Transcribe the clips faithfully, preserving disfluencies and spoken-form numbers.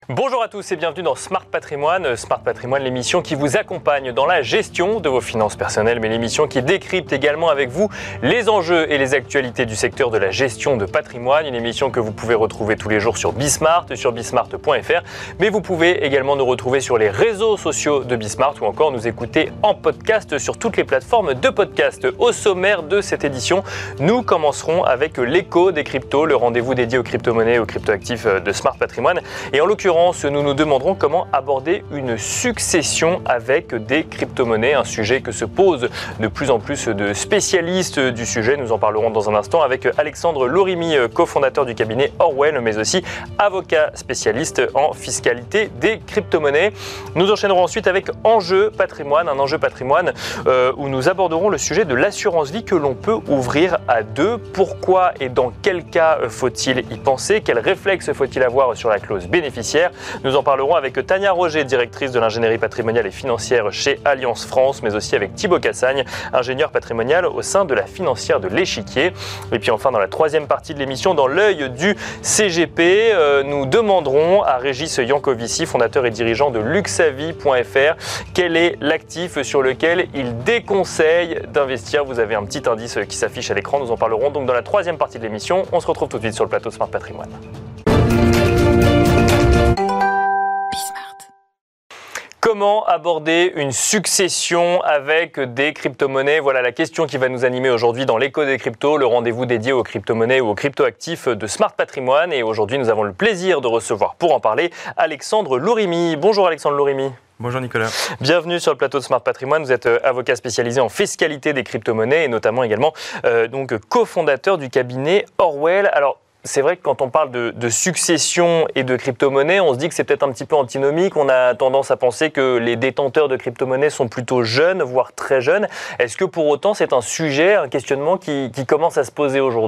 Bonjour à tous et bienvenue dans Smart Patrimoine. Smart Patrimoine, l'émission qui vous accompagne dans la gestion de vos finances personnelles, mais l'émission qui décrypte également avec vous les enjeux et les actualités du secteur de la gestion de patrimoine. Une émission que vous pouvez retrouver tous les jours sur Bismart, sur bismart point f r, mais vous pouvez également nous retrouver sur les réseaux sociaux de Bismart ou encore nous écouter en podcast sur toutes les plateformes de podcast. Au sommaire de cette édition, nous commencerons avec l'écho des cryptos, le rendez-vous dédié aux crypto-monnaies et aux crypto-actifs de Smart Patrimoine. Et en l'occurrence, nous nous demanderons comment aborder une succession avec des crypto-monnaies, un sujet que se posent de plus en plus de spécialistes du sujet. Nous en parlerons dans un instant avec Alexandre Lorimi, cofondateur du cabinet Orwell, mais aussi avocat spécialiste en fiscalité des crypto-monnaies. Nous enchaînerons ensuite avec Enjeu patrimoine, un enjeu patrimoine euh, où nous aborderons le sujet de l'assurance vie que l'on peut ouvrir à deux. Pourquoi et dans quel cas faut-il y penser? Quels réflexes faut-il avoir sur la clause bénéficiaire? Nous en parlerons avec Tania Roger, directrice de l'ingénierie patrimoniale et financière chez Alliance France, mais aussi avec Thibaut Cassagne, ingénieur patrimonial au sein de la financière de l'Échiquier. Et puis enfin, dans la troisième partie de l'émission, dans l'œil du C G P, euh, nous demanderons à Régis Yankovici, fondateur et dirigeant de luxavie point f r, quel est l'actif sur lequel il déconseille d'investir. Vous avez un petit indice qui s'affiche à l'écran. Nous en parlerons donc dans la troisième partie de l'émission. On se retrouve tout de suite sur le plateau de Smart Patrimoine. Comment aborder une succession avec des crypto-monnaies? Voilà la question qui va nous animer aujourd'hui dans l'écho des cryptos, le rendez-vous dédié aux crypto-monnaies ou aux crypto-actifs de Smart Patrimoine. Et aujourd'hui, nous avons le plaisir de recevoir pour en parler Alexandre Lorimi. Bonjour Alexandre Lorimi. Bonjour Nicolas. Bienvenue sur le plateau de Smart Patrimoine. Vous êtes avocat spécialisé en fiscalité des crypto-monnaies et notamment également euh, donc cofondateur du cabinet Orwell. Alors, c'est vrai que quand on parle de, de succession et de crypto-monnaies, on se dit que c'est peut-être un petit peu antinomique. On a tendance à penser que les détenteurs de crypto-monnaies sont plutôt jeunes, voire très jeunes. Est-ce que pour autant c'est un sujet, un questionnement qui, qui commence à se poser aujourd'hui ?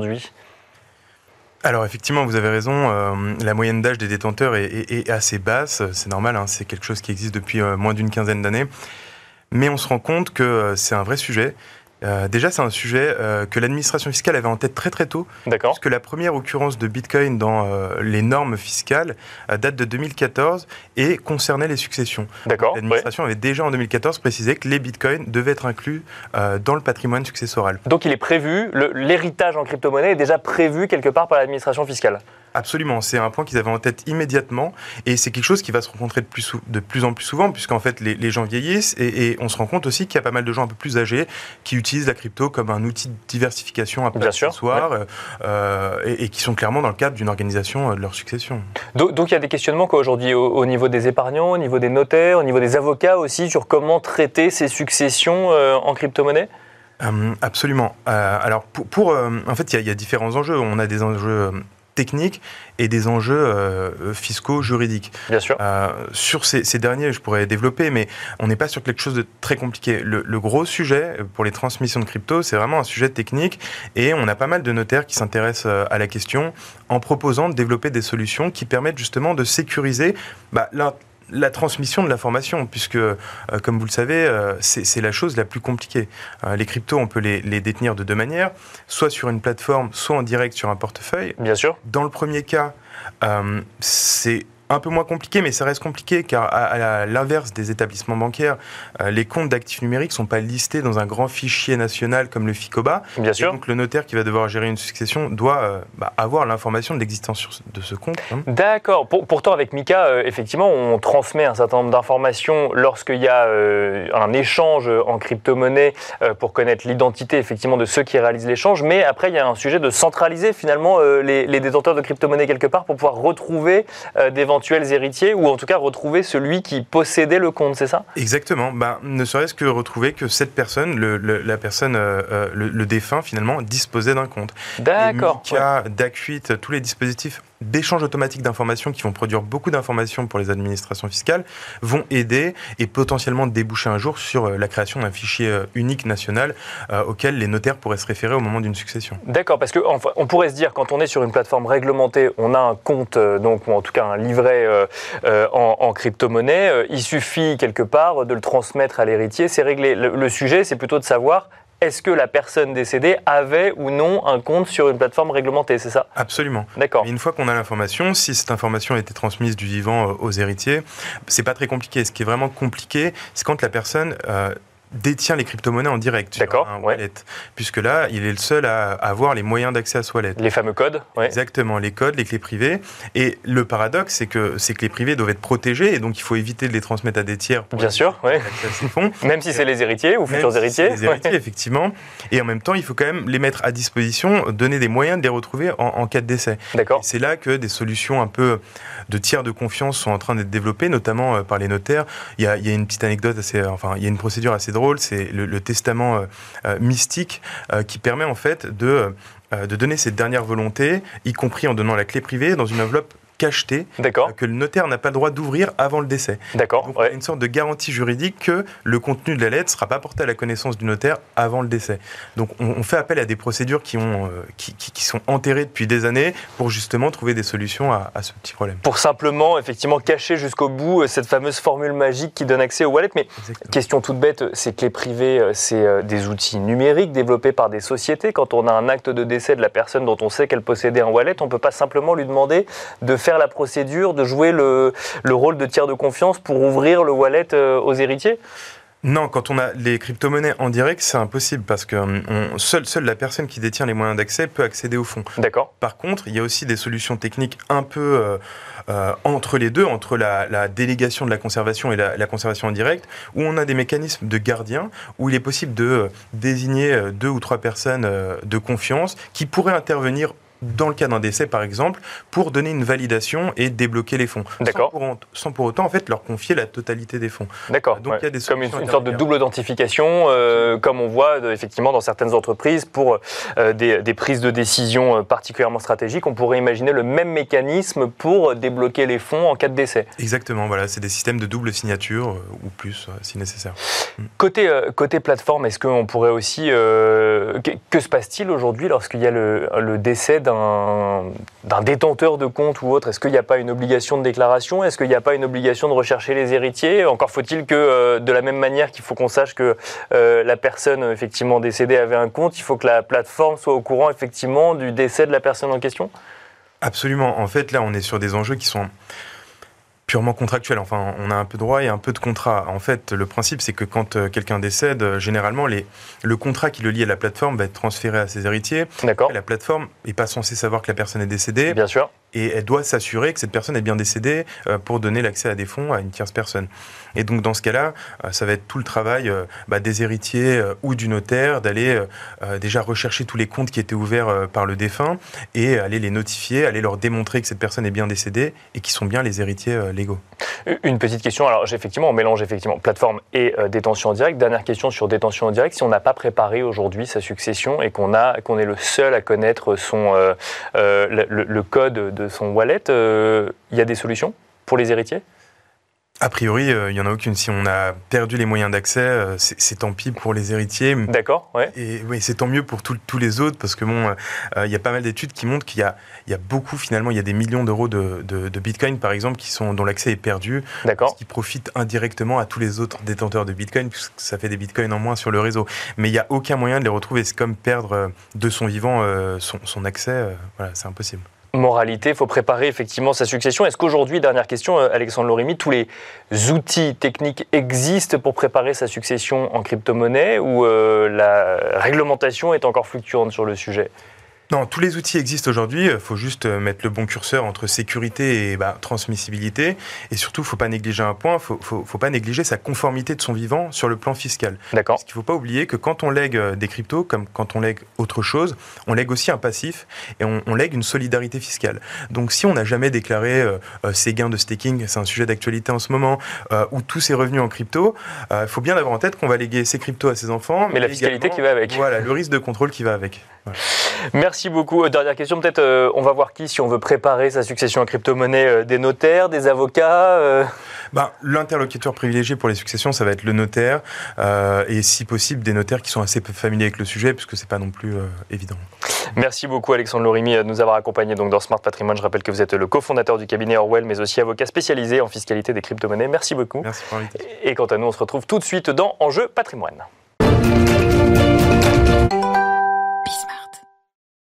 Alors effectivement, vous avez raison, euh, la moyenne d'âge des détenteurs est, est, est assez basse. C'est normal, hein, c'est quelque chose qui existe depuis euh, moins d'une quinzaine d'années. Mais on se rend compte que euh, c'est un vrai sujet. Euh, déjà, c'est un sujet euh, que l'administration fiscale avait en tête très très tôt. D'accord. Puisque la première occurrence de Bitcoin dans euh, les normes fiscales euh, date de deux mille quatorze et concernait les successions. D'accord. L'administration ouais. avait déjà en deux mille quatorze précisé que les Bitcoins devaient être inclus euh, dans le patrimoine successoral. Donc il est prévu, le, l'héritage en crypto-monnaie est déjà prévu quelque part par l'administration fiscale? Absolument, c'est un point qu'ils avaient en tête immédiatement et c'est quelque chose qui va se rencontrer de plus, sou- de plus en plus souvent puisqu'en fait les, les gens vieillissent et, et on se rend compte aussi qu'il y a pas mal de gens un peu plus âgés qui utilisent la crypto comme un outil de diversification un peu accessoire ouais. euh, et, et qui sont clairement dans le cadre d'une organisation de leur succession. Donc, donc il y a des questionnements quoi, aujourd'hui au, au niveau des épargnants, au niveau des notaires, au niveau des avocats aussi sur comment traiter ces successions euh, en crypto-monnaie? euh, Absolument. Euh, alors pour, pour euh, en fait il y, y a différents enjeux. On a des enjeux euh, techniques et des enjeux euh, fiscaux, juridiques. Bien sûr. Euh, sur ces, ces derniers, je pourrais développer, mais on n'est pas sur quelque chose de très compliqué. Le, le gros sujet pour les transmissions de crypto, c'est vraiment un sujet technique et on a pas mal de notaires qui s'intéressent à la question en proposant de développer des solutions qui permettent justement de sécuriser bah, la la transmission de l'information, puisque, euh, comme vous le savez, euh, c'est, c'est la chose la plus compliquée. Euh, les cryptos, on peut les, les détenir de deux manières, soit sur une plateforme, soit en direct sur un portefeuille. Bien sûr. Dans le premier cas, euh, c'est un peu moins compliqué, mais ça reste compliqué car à, à l'inverse des établissements bancaires, euh, les comptes d'actifs numériques ne sont pas listés dans un grand fichier national comme le FICOBA. Bien sûr. Et donc le notaire qui va devoir gérer une succession doit euh, bah, avoir l'information de l'existence de ce compte. Hein. D'accord. Pour, pourtant, avec Mika, euh, effectivement, on transmet un certain nombre d'informations lorsqu'il y a euh, un échange en crypto-monnaie euh, pour connaître l'identité effectivement de ceux qui réalisent l'échange. Mais après, il y a un sujet de centraliser finalement euh, les, les détenteurs de crypto-monnaie quelque part pour pouvoir retrouver euh, d'éventuels héritiers ou en tout cas retrouver celui qui possédait le compte, c'est ça? Exactement. Bah, ne serait-ce que retrouver que cette personne, le, le, la personne, euh, le, le défunt finalement, disposait d'un compte. D'accord. Et Mika, ouais. Dacuit, tous les dispositifs d'échange automatique d'informations qui vont produire beaucoup d'informations pour les administrations fiscales vont aider et potentiellement déboucher un jour sur la création d'un fichier unique national euh, auquel les notaires pourraient se référer au moment d'une succession. D'accord, parce qu'on enfin, on pourrait se dire quand on est sur une plateforme réglementée, on a un compte, euh, donc, ou en tout cas un livret euh, euh, en, en crypto-monnaie, euh, il suffit quelque part de le transmettre à l'héritier, c'est réglé. Le, le sujet, c'est plutôt de savoir est-ce que la personne décédée avait ou non un compte sur une plateforme réglementée, c'est ça? Absolument. D'accord. Mais une fois qu'on a l'information, si cette information a été transmise du vivant aux héritiers, c'est pas très compliqué. Ce qui est vraiment compliqué, c'est quand la personne euh, détient les crypto-monnaies en direct sur D'accord, un ouais. wallet. Puisque là, il est le seul à avoir les moyens d'accès à ce wallet. Les fameux codes, ouais. Exactement, les codes, les clés privées. Et le paradoxe, c'est que ces clés privées doivent être protégées, et donc il faut éviter de les transmettre à des tiers pour Bien sûr, ouais. accès à ces fonds. Même si c'est les héritiers ou futurs Même si héritiers. c'est les héritiers, ouais. effectivement. Et en même temps, il faut quand même les mettre à disposition, donner des moyens de les retrouver en, en cas de décès. D'accord. Et c'est là que des solutions un peu de tiers de confiance sont en train d'être développées, notamment euh, par les notaires. Il y a, il y a une petite anecdote assez, euh, enfin, il y a une procédure assez drôle, c'est le, le testament euh, euh, mystique euh, qui permet en fait de, euh, de donner cette dernière volonté, y compris en donnant la clé privée dans une enveloppe cachetée D'accord. euh, que le notaire n'a pas le droit d'ouvrir avant le décès. D'accord. Donc, on a Ouais. une sorte de garantie juridique que le contenu de la lettre ne sera pas porté à la connaissance du notaire avant le décès. Donc, on, on fait appel à des procédures qui, ont, euh, qui, qui, qui sont enterrées depuis des années pour justement trouver des solutions à, à ce petit problème. Pour simplement, effectivement, cacher jusqu'au bout cette fameuse formule magique qui donne accès au wallet. Mais Exactement. question toute bête, ces clés privées, c'est des outils numériques développés par des sociétés. Quand on a un acte de décès de la personne dont on sait qu'elle possédait un wallet, on ne peut pas simplement lui demander de faire la procédure, de jouer le, le rôle de tiers de confiance pour ouvrir le wallet aux héritiers? Non, quand on a les crypto-monnaies en direct, c'est impossible parce que on, seule, seule la personne qui détient les moyens d'accès peut accéder au fonds. D'accord. Par contre, il y a aussi des solutions techniques un peu euh, euh, entre les deux, entre la, la délégation de la conservation et la, la conservation en direct, où on a des mécanismes de gardiens, où il est possible de euh, désigner euh, deux ou trois personnes euh, de confiance qui pourraient intervenir dans le cas d'un décès, par exemple, pour donner une validation et débloquer les fonds. D'accord. Sans pour, sans pour autant, en fait, leur confier la totalité des fonds. D'accord. Donc, ouais. il y a des Comme une, solutions une sorte de double authentification, euh, comme on voit de, effectivement dans certaines entreprises pour euh, des, des prises de décision euh, particulièrement stratégiques. On pourrait imaginer le même mécanisme pour débloquer les fonds en cas de décès. Exactement, voilà, c'est des systèmes de double signature euh, ou plus, euh, si nécessaire. Côté, euh, côté plateforme, est-ce qu'on pourrait aussi... Euh, que, que se passe-t-il aujourd'hui lorsqu'il y a le, le décès d'un d'un détenteur de compte ou autre? Est-ce qu'il n'y a pas une obligation de déclaration? Est-ce qu'il n'y a pas une obligation de rechercher les héritiers? Encore faut-il que, euh, de la même manière qu'il faut qu'on sache que euh, la personne effectivement décédée avait un compte, il faut que la plateforme soit au courant effectivement du décès de la personne en question? Absolument. En fait, là, on est sur des enjeux qui sont purement contractuel. Enfin, on a un peu de droit et un peu de contrat. En fait, le principe, c'est que quand euh, quelqu'un décède, euh, généralement, les, le contrat qui le lie à la plateforme va être transféré à ses héritiers. D'accord. La plateforme n'est pas censée savoir que la personne est décédée. Bien sûr. Et elle doit s'assurer que cette personne est bien décédée euh, pour donner l'accès à des fonds à une tierce personne. Et donc, dans ce cas-là, euh, ça va être tout le travail euh, bah, des héritiers euh, ou du notaire d'aller euh, euh, déjà rechercher tous les comptes qui étaient ouverts euh, par le défunt et aller les notifier, aller leur démontrer que cette personne est bien décédée et qu'ils sont bien les héritiers euh, légaux. Une petite question, alors effectivement, on mélange effectivement plateforme et euh, détention en direct. Dernière question sur détention en direct, si on n'a pas préparé aujourd'hui sa succession et qu'on a, qu'on est le seul à connaître son, euh, euh, le, le code de son wallet, il euh, y a des solutions pour les héritiers? A priori, il euh, n'y en a aucune. Si on a perdu les moyens d'accès, euh, c'est, c'est tant pis pour les héritiers. D'accord, ouais. Et oui, c'est tant mieux pour tout, tous les autres, parce que bon, il euh, y a pas mal d'études qui montrent qu'il y a, y a beaucoup, finalement, il y a des millions d'euros de, de, de Bitcoin, par exemple, qui sont, dont l'accès est perdu, D'accord. ce qui profite indirectement à tous les autres détenteurs de Bitcoin, puisque ça fait des Bitcoins en moins sur le réseau. Mais il n'y a aucun moyen de les retrouver. C'est comme perdre euh, de son vivant euh, son, son accès. Euh, voilà, c'est impossible. Moralité, il faut préparer effectivement sa succession. Est-ce qu'aujourd'hui, dernière question, Alexandre Lorimi, tous les outils techniques existent pour préparer sa succession en crypto-monnaie ou euh, la réglementation est encore fluctuante sur le sujet ? Non, tous les outils existent aujourd'hui. Il faut juste mettre le bon curseur entre sécurité et bah, transmissibilité. Et surtout, il ne faut pas négliger un point, il ne faut, faut, faut pas négliger sa conformité de son vivant sur le plan fiscal. D'accord. Parce qu'il ne faut pas oublier que quand on lègue des cryptos, comme quand on lègue autre chose, on lègue aussi un passif et on, on lègue une solidarité fiscale. Donc si on n'a jamais déclaré euh, ses gains de staking, c'est un sujet d'actualité en ce moment, euh, ou tous ses revenus en crypto, il euh, faut bien avoir en tête qu'on va léguer ses cryptos à ses enfants. Mais, mais la fiscalité qui va avec. Voilà, le risque de contrôle qui va avec. Voilà. Merci beaucoup. Dernière question, peut-être euh, on va voir qui si on veut préparer sa succession en crypto-monnaie, euh, des notaires, des avocats euh... ben, l'interlocuteur privilégié pour les successions, ça va être le notaire euh, et si possible des notaires qui sont assez peu familiers avec le sujet puisque c'est pas non plus euh, évident. Merci beaucoup Alexandre Lorimi de nous avoir accompagnés donc dans Smart Patrimoine. Je rappelle que vous êtes le cofondateur du cabinet Orwell mais aussi avocat spécialisé en fiscalité des crypto-monnaies. Merci beaucoup. Merci pour l'invitation. Et quant à nous, on se retrouve tout de suite dans Enjeu Patrimoine.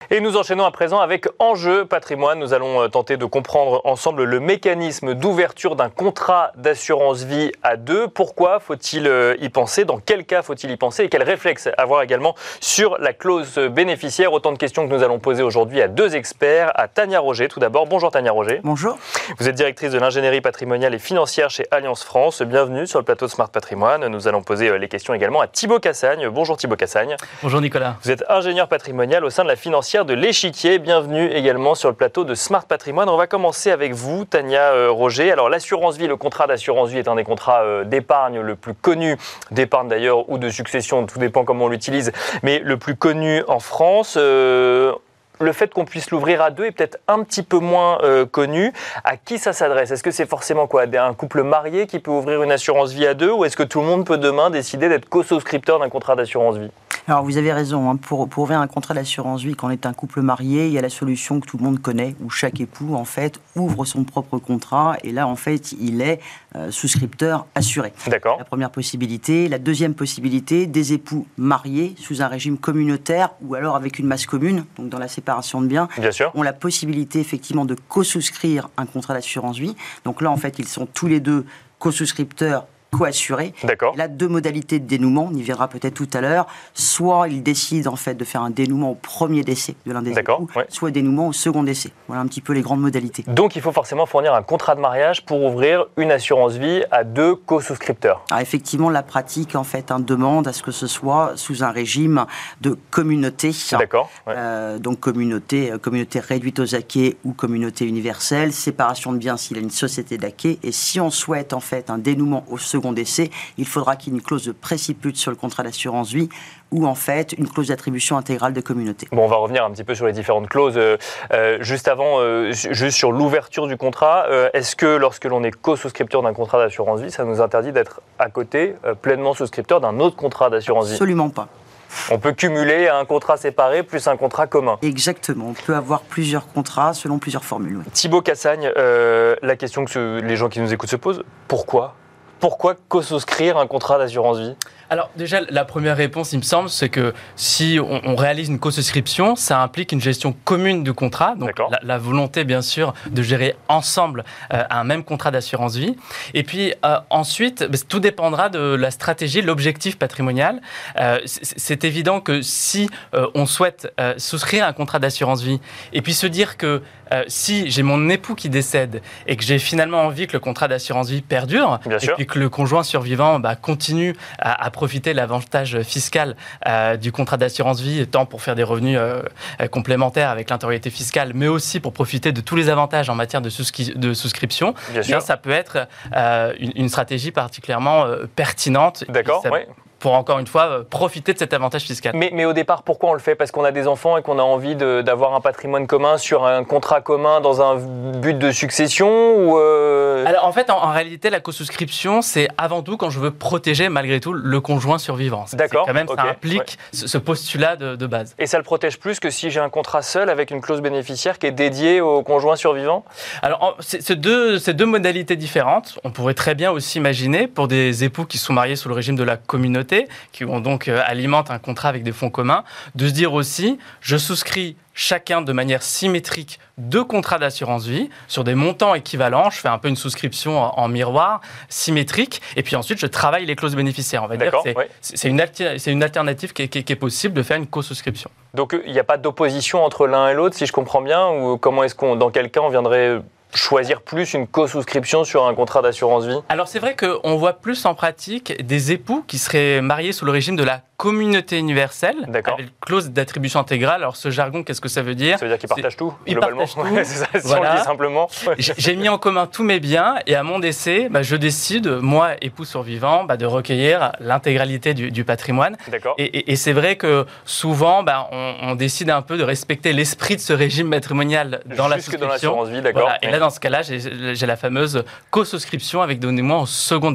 Et nous enchaînons à présent avec Enjeu Patrimoine. Nous allons tenter de comprendre ensemble le mécanisme d'ouverture d'un contrat d'assurance vie à deux. Pourquoi faut-il y penser? Dans quel cas faut-il y penser? Et quels réflexes avoir également sur la clause bénéficiaire? Autant de questions que nous allons poser aujourd'hui à deux experts. À Tania Roger tout d'abord. Bonjour Tania Roger. Bonjour. Vous êtes directrice de l'ingénierie patrimoniale et financière chez Alliance France. Bienvenue sur le plateau de Smart Patrimoine. Nous allons poser les questions également à Thibaut Cassagne. Bonjour Thibaut Cassagne. Bonjour Nicolas. Vous êtes ingénieur patrimonial au sein de la financière de l'Échiquier. Bienvenue également sur le plateau de Smart Patrimoine. On va commencer avec vous, Tania euh, Roger. Alors l'assurance vie, le contrat d'assurance vie est un des contrats euh, d'épargne le plus connu, d'épargne d'ailleurs ou de succession, tout dépend comment on l'utilise, mais le plus connu en France. Euh, Le fait qu'on puisse l'ouvrir à deux est peut-être un petit peu moins euh, connu. À qui ça s'adresse? Est-ce que c'est forcément quoi, un couple marié qui peut ouvrir une assurance vie à deux, ou est-ce que tout le monde peut demain décider d'être co-souscripteur d'un contrat d'assurance vie? Alors vous avez raison, hein, pour, pour ouvrir un contrat d'assurance vie quand on est un couple marié, il y a la solution que tout le monde connaît, où chaque époux en fait ouvre son propre contrat et là en fait il est euh, souscripteur assuré. D'accord. La première possibilité. La deuxième possibilité, des époux mariés sous un régime communautaire ou alors avec une masse commune, donc dans la séparation de biens, Bien sûr. ont la possibilité effectivement de co-souscrire un contrat d'assurance vie. Donc là en fait ils sont tous les deux co-souscripteurs co-assuré. D'accord. Il a deux modalités de dénouement, on y verra peut-être tout à l'heure. Soit il décide en fait de faire un dénouement au premier décès de l'un des D'accord, époux, ouais. soit dénouement au second décès. Voilà un petit peu les grandes modalités. Donc il faut forcément fournir un contrat de mariage pour ouvrir une assurance vie à deux co-souscripteurs. Alors effectivement, la pratique en fait hein, demande à ce que ce soit sous un régime de communauté. D'accord. Ouais. Euh, donc communauté, euh, communauté réduite aux acquets ou communauté universelle, séparation de biens s'il y a une société d'acquets. Et si on souhaite en fait un dénouement au second décès, il faudra qu'il y ait une clause de préciput sur le contrat d'assurance vie ou en fait une clause d'attribution intégrale de communauté. Bon, on va revenir un petit peu sur les différentes clauses. Euh, euh, juste avant, euh, juste sur l'ouverture du contrat, euh, est-ce que lorsque l'on est co-souscripteur d'un contrat d'assurance vie, ça nous interdit d'être à côté euh, pleinement souscripteur d'un autre contrat d'assurance vie? Absolument pas. On peut cumuler un contrat séparé plus un contrat commun. Exactement, on peut avoir plusieurs contrats selon plusieurs formules. Oui. Thibaut Cassagne, euh, la question que ce, les gens qui nous écoutent se posent, pourquoi Pourquoi co-souscrire un contrat d'assurance vie? Alors déjà, la première réponse, il me semble, c'est que si on, on réalise une co-souscription, ça implique une gestion commune du contrat, donc la, la volonté bien sûr de gérer ensemble euh, un même contrat d'assurance vie. Et puis euh, ensuite, bah, tout dépendra de la stratégie, de l'objectif patrimonial. Euh, c'est, c'est évident que si euh, on souhaite euh, souscrire un contrat d'assurance vie et puis se dire que euh, si j'ai mon époux qui décède et que j'ai finalement envie que le contrat d'assurance vie perdure bien et sûr. puis que le conjoint survivant bah, continue à, à profiter de l'avantage fiscal euh, du contrat d'assurance vie, tant pour faire des revenus euh, complémentaires avec l'intériorité fiscale, mais aussi pour profiter de tous les avantages en matière de, souscri- de souscription, Bien bien, sûr. ça peut être euh, une, une stratégie particulièrement euh, pertinente. D'accord, Ça, oui. Pour encore une fois euh, profiter de cet avantage fiscal. Mais, mais au départ, pourquoi on le fait? Parce qu'on a des enfants et qu'on a envie de, d'avoir un patrimoine commun sur un contrat commun dans un but de succession ou euh... Alors en fait, en, en réalité, la co-souscription, c'est avant tout quand je veux protéger malgré tout le conjoint survivant. C'est D'accord, quand même, ok, ça implique ouais. ce, ce postulat de, de base. Et ça le protège plus que si j'ai un contrat seul avec une clause bénéficiaire qui est dédiée au conjoint survivant? Alors, en, c'est, c'est, deux, c'est deux modalités différentes. On pourrait très bien aussi imaginer, pour des époux qui sont mariés sous le régime de la communauté, qui ont donc euh, alimentent un contrat avec des fonds communs, de se dire aussi, je souscris chacun de manière symétrique deux contrats d'assurance vie sur des montants équivalents. Je fais un peu une souscription en, en miroir, symétrique, et puis ensuite je travaille les clauses bénéficiaires. On va D'accord, dire que c'est, ouais. c'est, une alti- c'est une alternative qui est, qui est- qui est possible de faire une co-souscription. Donc il n'y a pas d'opposition entre l'un et l'autre, si je comprends bien, ou comment est-ce qu'on, dans quel cas on viendrait choisir plus une co-souscription sur un contrat d'assurance vie? Alors c'est vrai qu'on voit plus en pratique des époux qui seraient mariés sous le régime de la communauté universelle, D'accord. avec clause d'attribution intégrale. Alors ce jargon, qu'est-ce que ça veut dire? Ça veut dire qu'ils partagent tout, Ils globalement. partagent tout. Ouais, c'est ça, si Voilà. on le dit simplement. J'ai j'ai mis en commun tous mes biens et à mon décès, bah, je décide, moi, époux survivant, bah, de recueillir l'intégralité du, du patrimoine. D'accord. Et, et- et c'est vrai que souvent, bah, on, on décide un peu de respecter l'esprit de ce régime matrimonial dans la Jusque dans souscription. l'assurance vie, d'accord. Voilà. Et là, dans ce cas-là, j'ai, j'ai la fameuse co-souscription avec dénouement au second décès.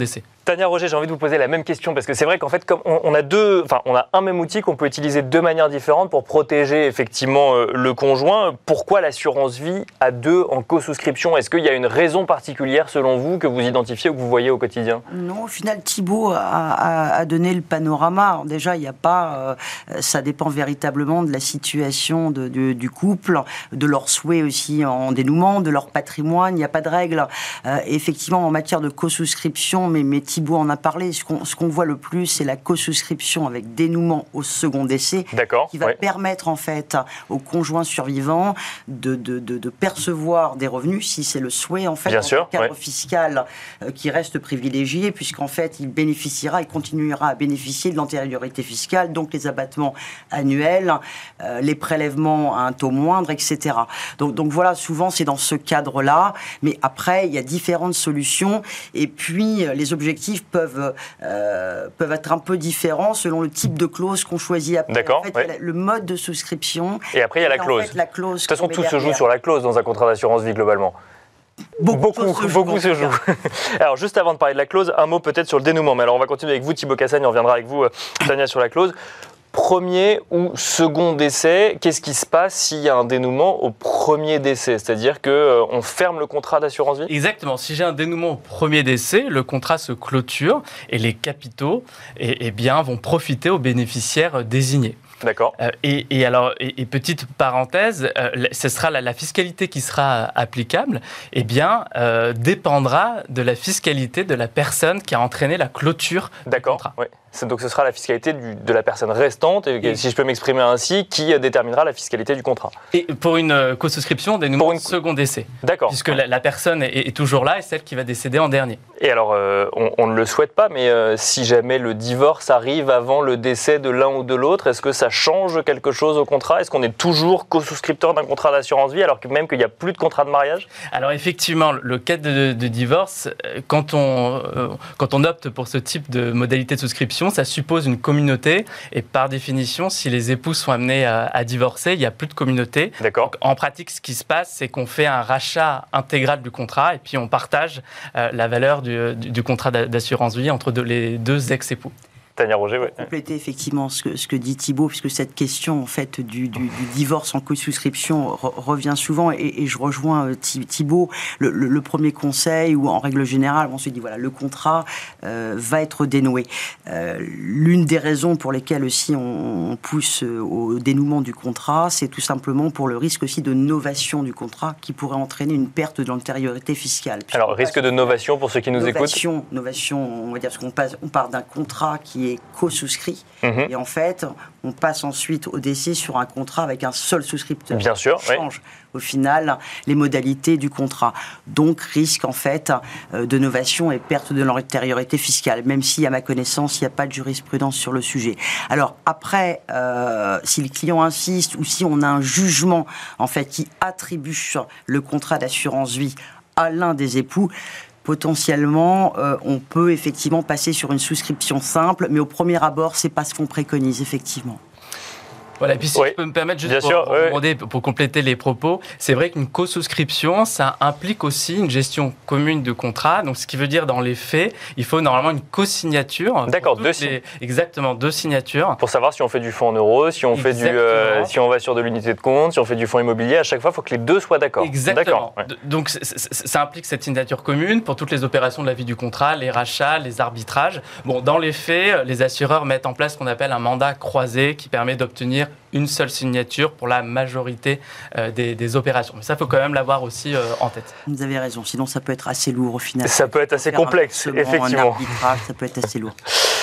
Tania Roger, j'ai envie de vous poser la même question parce que c'est vrai qu'en fait, comme on, on a deux, enfin, on a un même outil qu'on peut utiliser de deux manières différentes pour protéger effectivement euh, le conjoint. Pourquoi l'assurance vie à deux en co-souscription? Est-ce qu'il y a une raison particulière selon vous que vous identifiez ou que vous voyez au quotidien? Non, au final, Thibault a, a, a donné le panorama. Alors déjà, il n'y a pas, euh, ça dépend véritablement de la situation de, de, du couple, de leurs souhaits aussi en dénouement, de leur patrimoine. Il n'y a pas de règle. Euh, effectivement, en matière de co-souscription, mais, mais Thibault en a parlé, ce qu'on, ce qu'on voit le plus, c'est la co-souscription avec dénouement au second décès, qui va oui. permettre en fait au conjoint survivant de, de, de, de percevoir des revenus, si c'est le souhait en fait, Bien dans sûr, un cadre oui. fiscal euh, qui reste privilégié, puisqu'en fait il bénéficiera et continuera à bénéficier de l'antériorité fiscale, donc les abattements annuels, euh, les prélèvements à un taux moindre, et cetera. Donc, donc voilà, souvent c'est dans ce cadre-là, mais après il y a différentes solutions, et puis les objectifs peuvent, euh, peuvent être un peu différents selon le type de clause qu'on choisit après. D'accord, en fait, ouais. il y a le mode de souscription. Et après, il y a la clause. En fait, la clause. De toute façon, tout se joue sur la clause dans un contrat d'assurance vie globalement. Beaucoup, beaucoup se beaucoup se joue. Alors, juste avant de parler de la clause, un mot peut-être sur le dénouement. Mais alors, on va continuer avec vous, Thibault Cassagne, on reviendra avec vous, Tania, sur la clause. Premier ou second décès, qu'est-ce qui se passe s'il y a un dénouement au premier décès? C'est-à-dire qu'on euh, ferme le contrat d'assurance vie? Exactement. Si j'ai un dénouement au premier décès, le contrat se clôture et les capitaux eh, eh bien, vont profiter aux bénéficiaires désignés. D'accord. Euh, et, et alors, et, et petite parenthèse, euh, ce sera la, la fiscalité qui sera applicable, eh bien, euh, dépendra de la fiscalité de la personne qui a entraîné la clôture du contrat. Oui. Donc ce sera la fiscalité du, de la personne restante, et, et si je peux m'exprimer ainsi, qui déterminera la fiscalité du contrat. Et pour une co-souscription, dénouement une... second décès. D'accord. Puisque la, la personne est, est toujours là et celle qui va décéder en dernier. Et alors, euh, on, on ne le souhaite pas, mais euh, si jamais le divorce arrive avant le décès de l'un ou de l'autre, est-ce que ça change quelque chose au contrat? Est-ce qu'on est toujours co-souscripteur d'un contrat d'assurance vie alors que même qu'il n'y a plus de contrat de mariage? Alors effectivement, le cas de, de divorce, quand on, euh, quand on opte pour ce type de modalité de souscription, ça suppose une communauté et par définition, si les époux sont amenés à, à divorcer, il n'y a plus de communauté. D'accord. Donc, en pratique, ce qui se passe, c'est qu'on fait un rachat intégral du contrat et puis on partage euh, la valeur du, du, du contrat d'assurance vie entre deux, les deux ex-époux. Tania Roger, oui. Pour compléter effectivement ce que, ce que dit Thibault, puisque cette question en fait du, du, du divorce en co-souscription re, revient souvent, et, et je rejoins euh, Thibault. Le, le, le premier conseil, ou en règle générale, on se dit voilà, le contrat euh, va être dénoué. Euh, l'une des raisons pour lesquelles aussi on, on pousse au dénouement du contrat, c'est tout simplement pour le risque aussi de novation du contrat qui pourrait entraîner une perte de l'antériorité fiscale. Alors risque de novation pour ceux qui nous novation, écoutent. Novation, on va dire parce qu'on passe, on part d'un contrat qui est co-souscrit, mmh. et en fait, on passe ensuite au décès sur un contrat avec un seul souscripteur. Bien sûr, on change oui. au final les modalités du contrat. Donc, risque en fait de novation et perte de l'antériorité fiscale, même si, à ma connaissance, il n'y a pas de jurisprudence sur le sujet. Alors, après, euh, si le client insiste ou si on a un jugement en fait qui attribue le contrat d'assurance vie à l'un des époux, potentiellement, euh, on peut effectivement passer sur une souscription simple, mais au premier abord, c'est pas ce qu'on préconise, effectivement. Voilà, et puis si oui. je peux me permettre juste pour, sûr, pour, oui. demander, pour compléter les propos, c'est vrai qu'une co-souscription, ça implique aussi une gestion commune de contrat. Donc, ce qui veut dire, dans les faits, il faut normalement une co-signature. D'accord, deux signatures. Exactement, deux signatures. Pour savoir si on fait du fonds en euros, si on, fait du, euh, si on va sur de l'unité de compte, si on fait du fonds immobilier, à chaque fois, il faut que les deux soient d'accord. Exactement. Ouais. Donc, c- c- ça implique cette signature commune pour toutes les opérations de la vie du contrat, les rachats, les arbitrages. Bon, dans les faits, les assureurs mettent en place ce qu'on appelle un mandat croisé qui permet d'obtenir une seule signature pour la majorité euh, des, des opérations. Mais ça, il faut quand même l'avoir aussi euh, en tête. Vous avez raison, sinon ça peut être assez lourd au final. Ça peut être assez complexe, un effectivement. Un arbitrage, ça peut être assez lourd.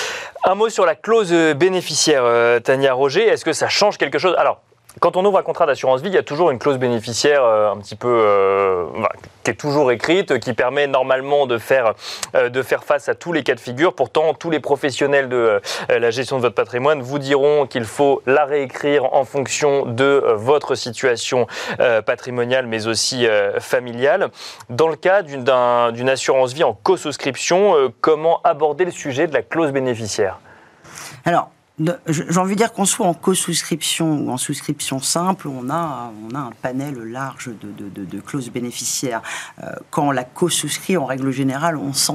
Un mot sur la clause bénéficiaire, euh, Tania Roger. Est-ce que ça change quelque chose? Alors, quand on ouvre un contrat d'assurance vie, il y a toujours une clause bénéficiaire euh, un petit peu euh, qui est toujours écrite, qui permet normalement de faire, euh, de faire face à tous les cas de figure. Pourtant, tous les professionnels de euh, la gestion de votre patrimoine vous diront qu'il faut la réécrire en fonction de euh, votre situation euh, patrimoniale, mais aussi euh, familiale. Dans le cas d'une, d'un, d'une assurance vie en co-souscription, euh, comment aborder le sujet de la clause bénéficiaire? Alors, j'ai envie de dire qu'on soit en co-souscription ou en souscription simple, on a, on a un panel large de, de, de, de clauses bénéficiaires. Euh, quand on la co-souscrit, en règle générale, on s'entend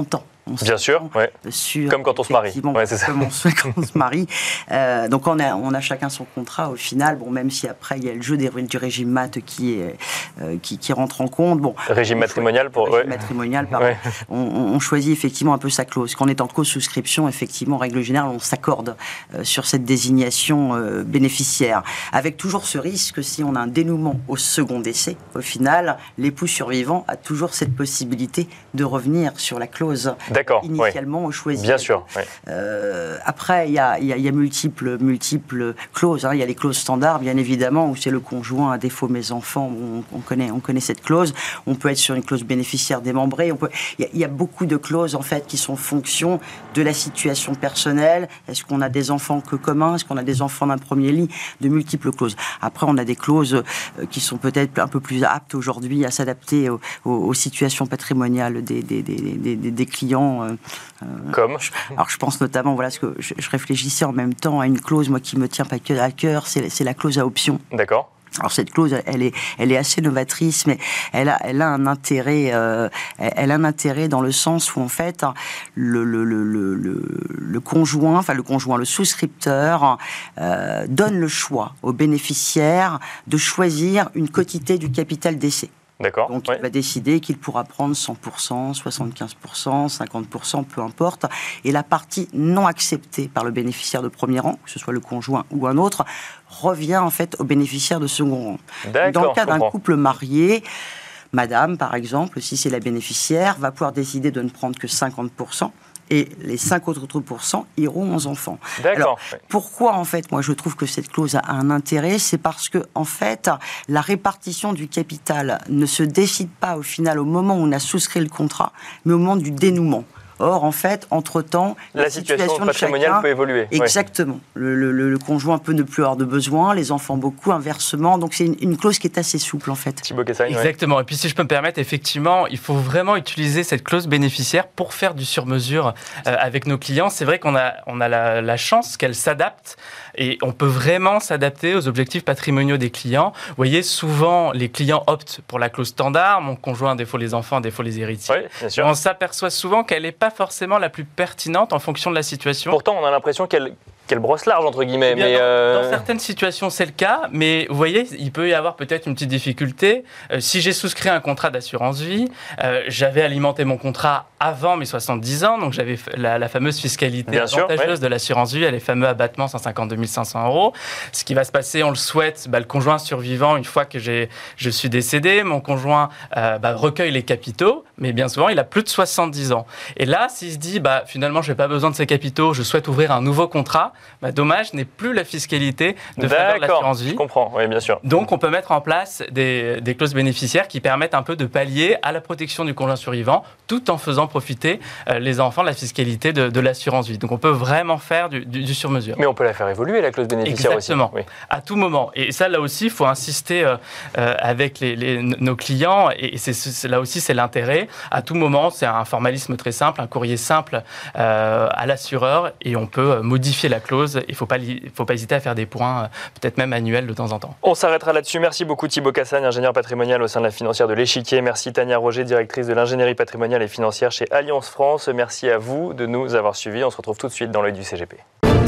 On Bien sûr, ouais. sur, comme quand on se marie. Ouais, c'est ça. Comme on se, quand on se marie. Euh, donc on a, on a chacun son contrat au final. Bon, même si après il y a le jeu des, du régime mat qui, est, euh, qui, qui rentre en compte. Bon, régime matrimonial pour. Régime ouais. matrimonial, pardon. Ouais. On, on choisit effectivement un peu sa clause. Quand on est en co-souscription, effectivement, en règle générale, on s'accorde euh, sur cette désignation euh, bénéficiaire. Avec toujours ce risque, si on a un dénouement au second décès, au final, l'époux survivant a toujours cette possibilité de revenir sur la clause. D'accord, initialement oui. au choisi. Bien sûr. Oui. Euh, après, il y a, y, a, y a multiples, multiples clauses. Il hein. y a les clauses standards, bien évidemment, où c'est le conjoint à défaut mes enfants. On, on, connaît, on connaît cette clause. On peut être sur une clause bénéficiaire démembrée. Il y, y a beaucoup de clauses en fait qui sont fonction de la situation personnelle. Est-ce qu'on a des enfants que communs? Est-ce qu'on a des enfants d'un premier lit? De multiples clauses. Après, on a des clauses euh, qui sont peut-être un peu plus aptes aujourd'hui à s'adapter aux, aux, aux situations patrimoniales des, des, des, des, des clients. Euh, Comme Alors je pense notamment, voilà, ce que je, je réfléchissais en même temps à une clause, moi qui me tient pas que à cœur, c'est, c'est la clause à option. D'accord. Alors cette clause, elle est, elle est assez novatrice, mais elle a, elle a un intérêt, euh, elle a un intérêt dans le sens où en fait le, le, le, le, le conjoint, enfin le conjoint, le souscripteur euh, donne le choix au bénéficiaire de choisir une quotité du capital décès. D'accord. Donc, ouais. il va décider qu'il pourra prendre cent pour cent, soixante-quinze pour cent, cinquante pour cent, peu importe. Et la partie non acceptée par le bénéficiaire de premier rang, que ce soit le conjoint ou un autre, revient en fait au bénéficiaire de second rang. D'accord, dans le cas d'un comprends. couple marié, madame, par exemple, si c'est la bénéficiaire, va pouvoir décider de ne prendre que cinquante pour cent. Et les cinq autres pourcents iront aux enfants. D'accord. Alors, pourquoi, en fait, moi, je trouve que cette clause a un intérêt? C'est parce que, en fait, la répartition du capital ne se décide pas, au final, au moment où on a souscrit le contrat, mais au moment du dénouement. Or, en fait, entre-temps, la, la situation, situation patrimoniale chacun, peut évoluer. Exactement. Ouais. Le, le, le conjoint peut ne plus avoir de besoin, les enfants beaucoup, inversement. Donc, c'est une, une clause qui est assez souple, en fait. Thibaut Cassagne, Exactement. Ouais. Et puis, si je peux me permettre, effectivement, il faut vraiment utiliser cette clause bénéficiaire pour faire du sur-mesure euh, avec nos clients. C'est vrai qu'on a, on a la, la chance qu'elle s'adapte et on peut vraiment s'adapter aux objectifs patrimoniaux des clients. Vous voyez, souvent, les clients optent pour la clause standard. Mon conjoint, à défaut les enfants, à défaut les héritiers. Oui, bien sûr. On s'aperçoit souvent qu'elle n'est pas forcément la plus pertinente en fonction de la situation. Pourtant, on a l'impression qu'elle, qu'elle brosse large, entre guillemets. Bien, mais dans, euh... dans certaines situations, c'est le cas, mais vous voyez, il peut y avoir peut-être une petite difficulté. Euh, si j'ai souscrit un contrat d'assurance vie, euh, j'avais alimenté mon contrat avant mes soixante-dix ans, donc j'avais la, la fameuse fiscalité Bien avantageuse sûr, ouais. de l'assurance vie, les fameux abattements cent cinquante-deux mille cinq cents euros. Ce qui va se passer, on le souhaite, bah, le conjoint survivant, une fois que j'ai, je suis décédé, mon conjoint euh, bah, recueille les capitaux, mais bien souvent, il a plus de soixante-dix ans. Et là, s'il se dit, bah, finalement, je n'ai pas besoin de ces capitaux, je souhaite ouvrir un nouveau contrat, bah, dommage, n'est plus la fiscalité de faveur de l'assurance vie. Je comprends, oui, bien sûr. Donc, on peut mettre en place des, des clauses bénéficiaires qui permettent un peu de pallier à la protection du conjoint survivant, tout en faisant profiter euh, les enfants de la fiscalité de, de l'assurance vie. Donc, on peut vraiment faire du, du, du sur-mesure. Mais on peut la faire évoluer, la clause bénéficiaire. Exactement, aussi. Oui. À tout moment. Et ça, là aussi, il faut insister euh, euh, avec les, les, nos clients. Et c'est, c'est, là aussi, c'est l'intérêt. À tout moment, c'est un formalisme très simple, un courrier simple euh, à l'assureur. Et on peut modifier la clause. Il ne faut pas, faut pas hésiter à faire des points, euh, peut-être même annuels de temps en temps. On s'arrêtera là-dessus. Merci beaucoup Thibaut Cassagne, ingénieur patrimonial au sein de la financière de l'Échiquier. Merci Tania Roger, directrice de l'ingénierie patrimoniale et financière chez Alliance France. Merci à vous de nous avoir suivis. On se retrouve tout de suite dans l'œil du C G P.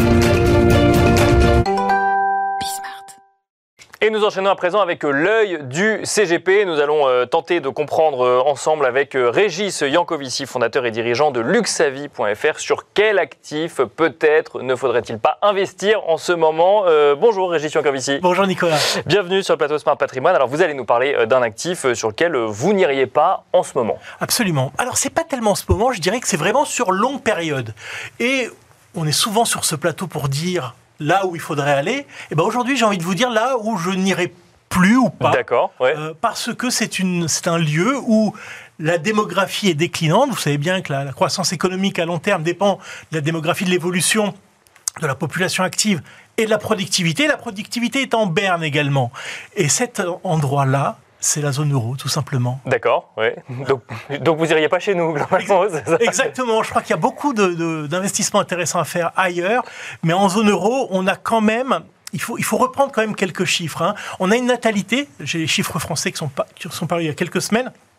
Et nous enchaînons à présent avec l'œil du C G P. Nous allons euh, tenter de comprendre euh, ensemble avec euh, Régis Yankovici, fondateur et dirigeant de luxavie point f r, sur quel actif peut-être ne faudrait-il pas investir en ce moment. Euh, bonjour Régis Yankovici. Bonjour Nicolas. Bienvenue sur le plateau Smart Patrimoine. Alors vous allez nous parler euh, d'un actif euh, sur lequel euh, vous n'iriez pas en ce moment. Absolument. Alors c'est pas tellement en ce moment, je dirais que c'est vraiment sur longue période. Et on est souvent sur ce plateau pour dire là où il faudrait aller. Et ben aujourd'hui, j'ai envie de vous dire là où je n'irai plus ou pas. D'accord, ouais. Euh, parce que c'est, une, c'est un lieu où la démographie est déclinante. Vous savez bien que la, la croissance économique à long terme dépend de la démographie, de l'évolution de la population active et de la productivité. La productivité est en berne également. Et cet endroit-là, c'est la zone euro, tout simplement. D'accord, oui. Donc, donc vous n'iriez pas chez nous, globalement, c'est ça ? Exactement. Je crois qu'il y a beaucoup de, de, d'investissements intéressants à faire ailleurs. Mais en zone euro, on a quand même... Il faut, il faut reprendre quand même quelques chiffres. Hein. On a une natalité, j'ai les chiffres français qui sont, pas, qui sont parus il y a quelques semaines,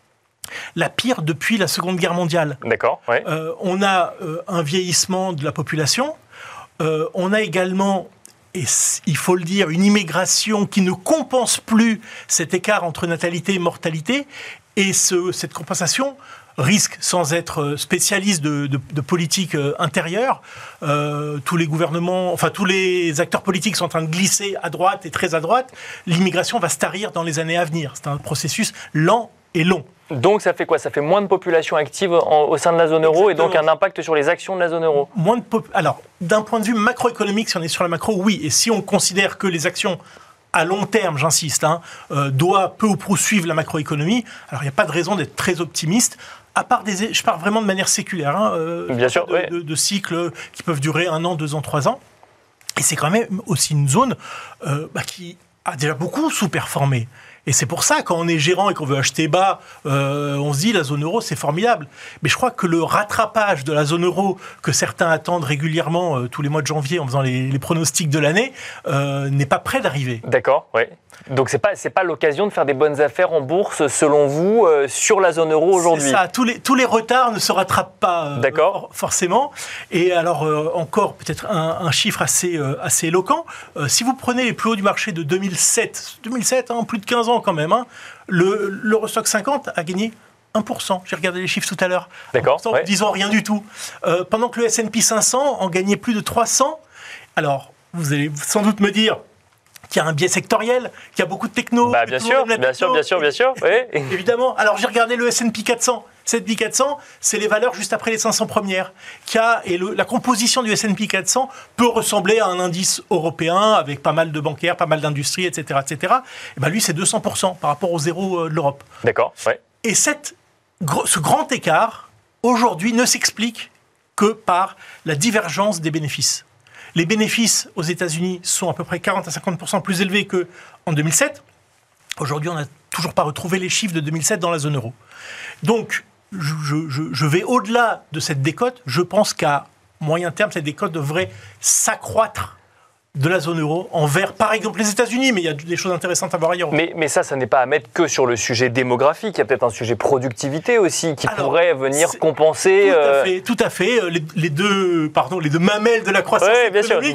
la pire depuis la Seconde Guerre mondiale. D'accord, ouais. Euh, on a euh, un vieillissement de la population, euh, on a également, et il faut le dire, une immigration qui ne compense plus cet écart entre natalité et mortalité, et ce, cette compensation risque, sans être spécialiste de, de, de politique intérieure, euh, tous les gouvernements, enfin tous les acteurs politiques sont en train de glisser à droite et très à droite, l'immigration va se tarir dans les années à venir. C'est un processus lent et long. Donc ça fait quoi? Ça fait moins de population active en, au sein de la zone euro. Exactement. Et donc un impact sur les actions de la zone euro. Moins de pop- Alors, d'un point de vue macroéconomique, si on est sur la macro, oui. Et si on considère que les actions à long terme, j'insiste, hein, euh, doivent peu ou prou suivre la macroéconomie, alors il n'y a pas de raison d'être très optimiste. À part des, je parle vraiment de manière séculaire, hein, euh, Bien sûr, de, oui. de, de cycles qui peuvent durer un an, deux ans, trois ans. Et c'est quand même aussi une zone euh, bah, qui a déjà beaucoup sous-performé. Et c'est pour ça, quand on est gérant et qu'on veut acheter bas, euh, on se dit la zone euro, c'est formidable. Mais je crois que le rattrapage de la zone euro que certains attendent régulièrement euh, tous les mois de janvier en faisant les, les pronostics de l'année euh, n'est pas près d'arriver. D'accord, oui. Donc c'est pas c'est pas l'occasion de faire des bonnes affaires en bourse, selon vous, euh, sur la zone euro aujourd'hui. C'est ça. Tous les tous les retards ne se rattrapent pas euh, D'accord. forcément. Et alors euh, encore peut-être un, un chiffre assez euh, assez éloquent. Euh, si vous prenez les plus hauts du marché de deux mille sept, deux mille sept, hein, plus de quinze ans quand même, hein, le l'Eurostoxx cinquante a gagné un pour cent. J'ai regardé les chiffres tout à l'heure. D'accord. Ouais. Disons rien du tout. Euh, pendant que le S and P cinq cents en gagnait plus de trois cents. Alors vous allez sans doute me dire qu'il y a un biais sectoriel, qu'il y a beaucoup de techno. Bah, bien, sûr, bien techno, sûr, bien sûr, bien sûr, bien sûr. Évidemment. Alors, j'ai regardé le S and P quatre cents. S and P quatre cents, c'est les valeurs juste après les cinq cents premières. Qui a, et le, la composition du S and P quatre cents peut ressembler à un indice européen avec pas mal de bancaires, pas mal d'industries, et cetera, et cetera. Et ben lui, c'est deux cents pour cent par rapport au zéro de l'Europe. D'accord, ouais. Et cette, ce grand écart, aujourd'hui, ne s'explique que par la divergence des bénéfices. Les bénéfices aux États-Unis sont à peu près quarante à cinquante pour cent plus élevés qu'en deux mille sept. Aujourd'hui, on n'a toujours pas retrouvé les chiffres de deux mille sept dans la zone euro. Donc, je, je, je vais au-delà de cette décote. Je pense qu'à moyen terme, cette décote devrait s'accroître de la zone euro envers, par exemple, les États-Unis, mais il y a des choses intéressantes à voir ailleurs. Mais, mais ça, ça n'est pas à mettre que sur le sujet démographique. Il y a peut-être un sujet productivité aussi qui Alors, pourrait venir compenser. Tout euh... à fait, tout à fait. Les, les deux, pardon, les deux mamelles de la croissance ouais, économique,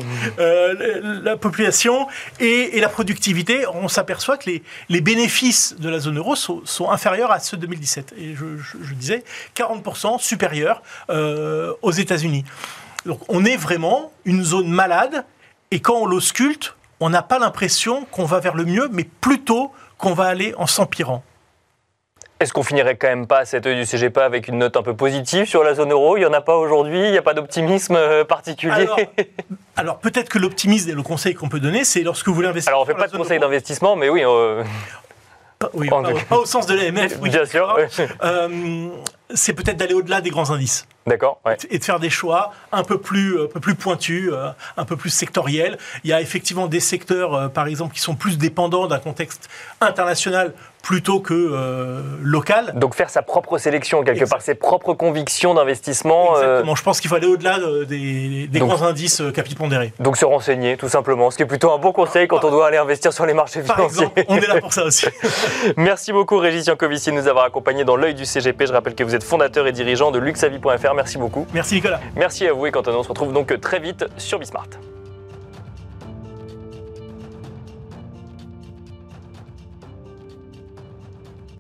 euh, la population et, et la productivité. On s'aperçoit que les, les bénéfices de la zone euro sont, sont inférieurs à ceux de deux mille dix-sept. Et je, je, je disais quarante pour cent supérieurs euh, aux États-Unis. Donc, on est vraiment une zone malade. Et quand on l'ausculte, on n'a pas l'impression qu'on va vers le mieux, mais plutôt qu'on va aller en s'empirant. Est-ce qu'on finirait quand même pas cet œil du C G P avec une note un peu positive sur la zone euro? Il n'y en a pas aujourd'hui? Il n'y a pas d'optimisme particulier? Alors, alors peut-être que l'optimisme et le conseil qu'on peut donner, c'est lorsque vous voulez investir. Alors on ne fait pas de conseil d'investissement, mais oui... Euh... Pas, oui, pas, pas au sens de l'A M F. Oui, bien sûr. Euh, c'est peut-être d'aller au-delà des grands indices. D'accord. Ouais. Et de faire des choix un peu plus, un peu plus pointus, un peu plus sectoriels. Il y a effectivement des secteurs, par exemple, qui sont plus dépendants d'un contexte international plutôt que euh, local. Donc faire sa propre sélection, quelque Exactement. part, ses propres convictions d'investissement. Exactement. Euh... Je pense qu'il faut aller au-delà des, des donc, grands indices capitaux pondérés. Donc se renseigner, tout simplement. Ce qui est plutôt un bon conseil quand on doit aller investir sur les marchés par financiers. Exemple, on est là pour ça aussi. Merci beaucoup Régis Yankovici de nous avoir accompagnés dans l'œil du C G P. Je rappelle que vous êtes fondateur et dirigeant de luxavie point f r. Merci beaucoup. Merci Nicolas. Merci à vous et quant à nous, on se retrouve donc très vite sur Bismart.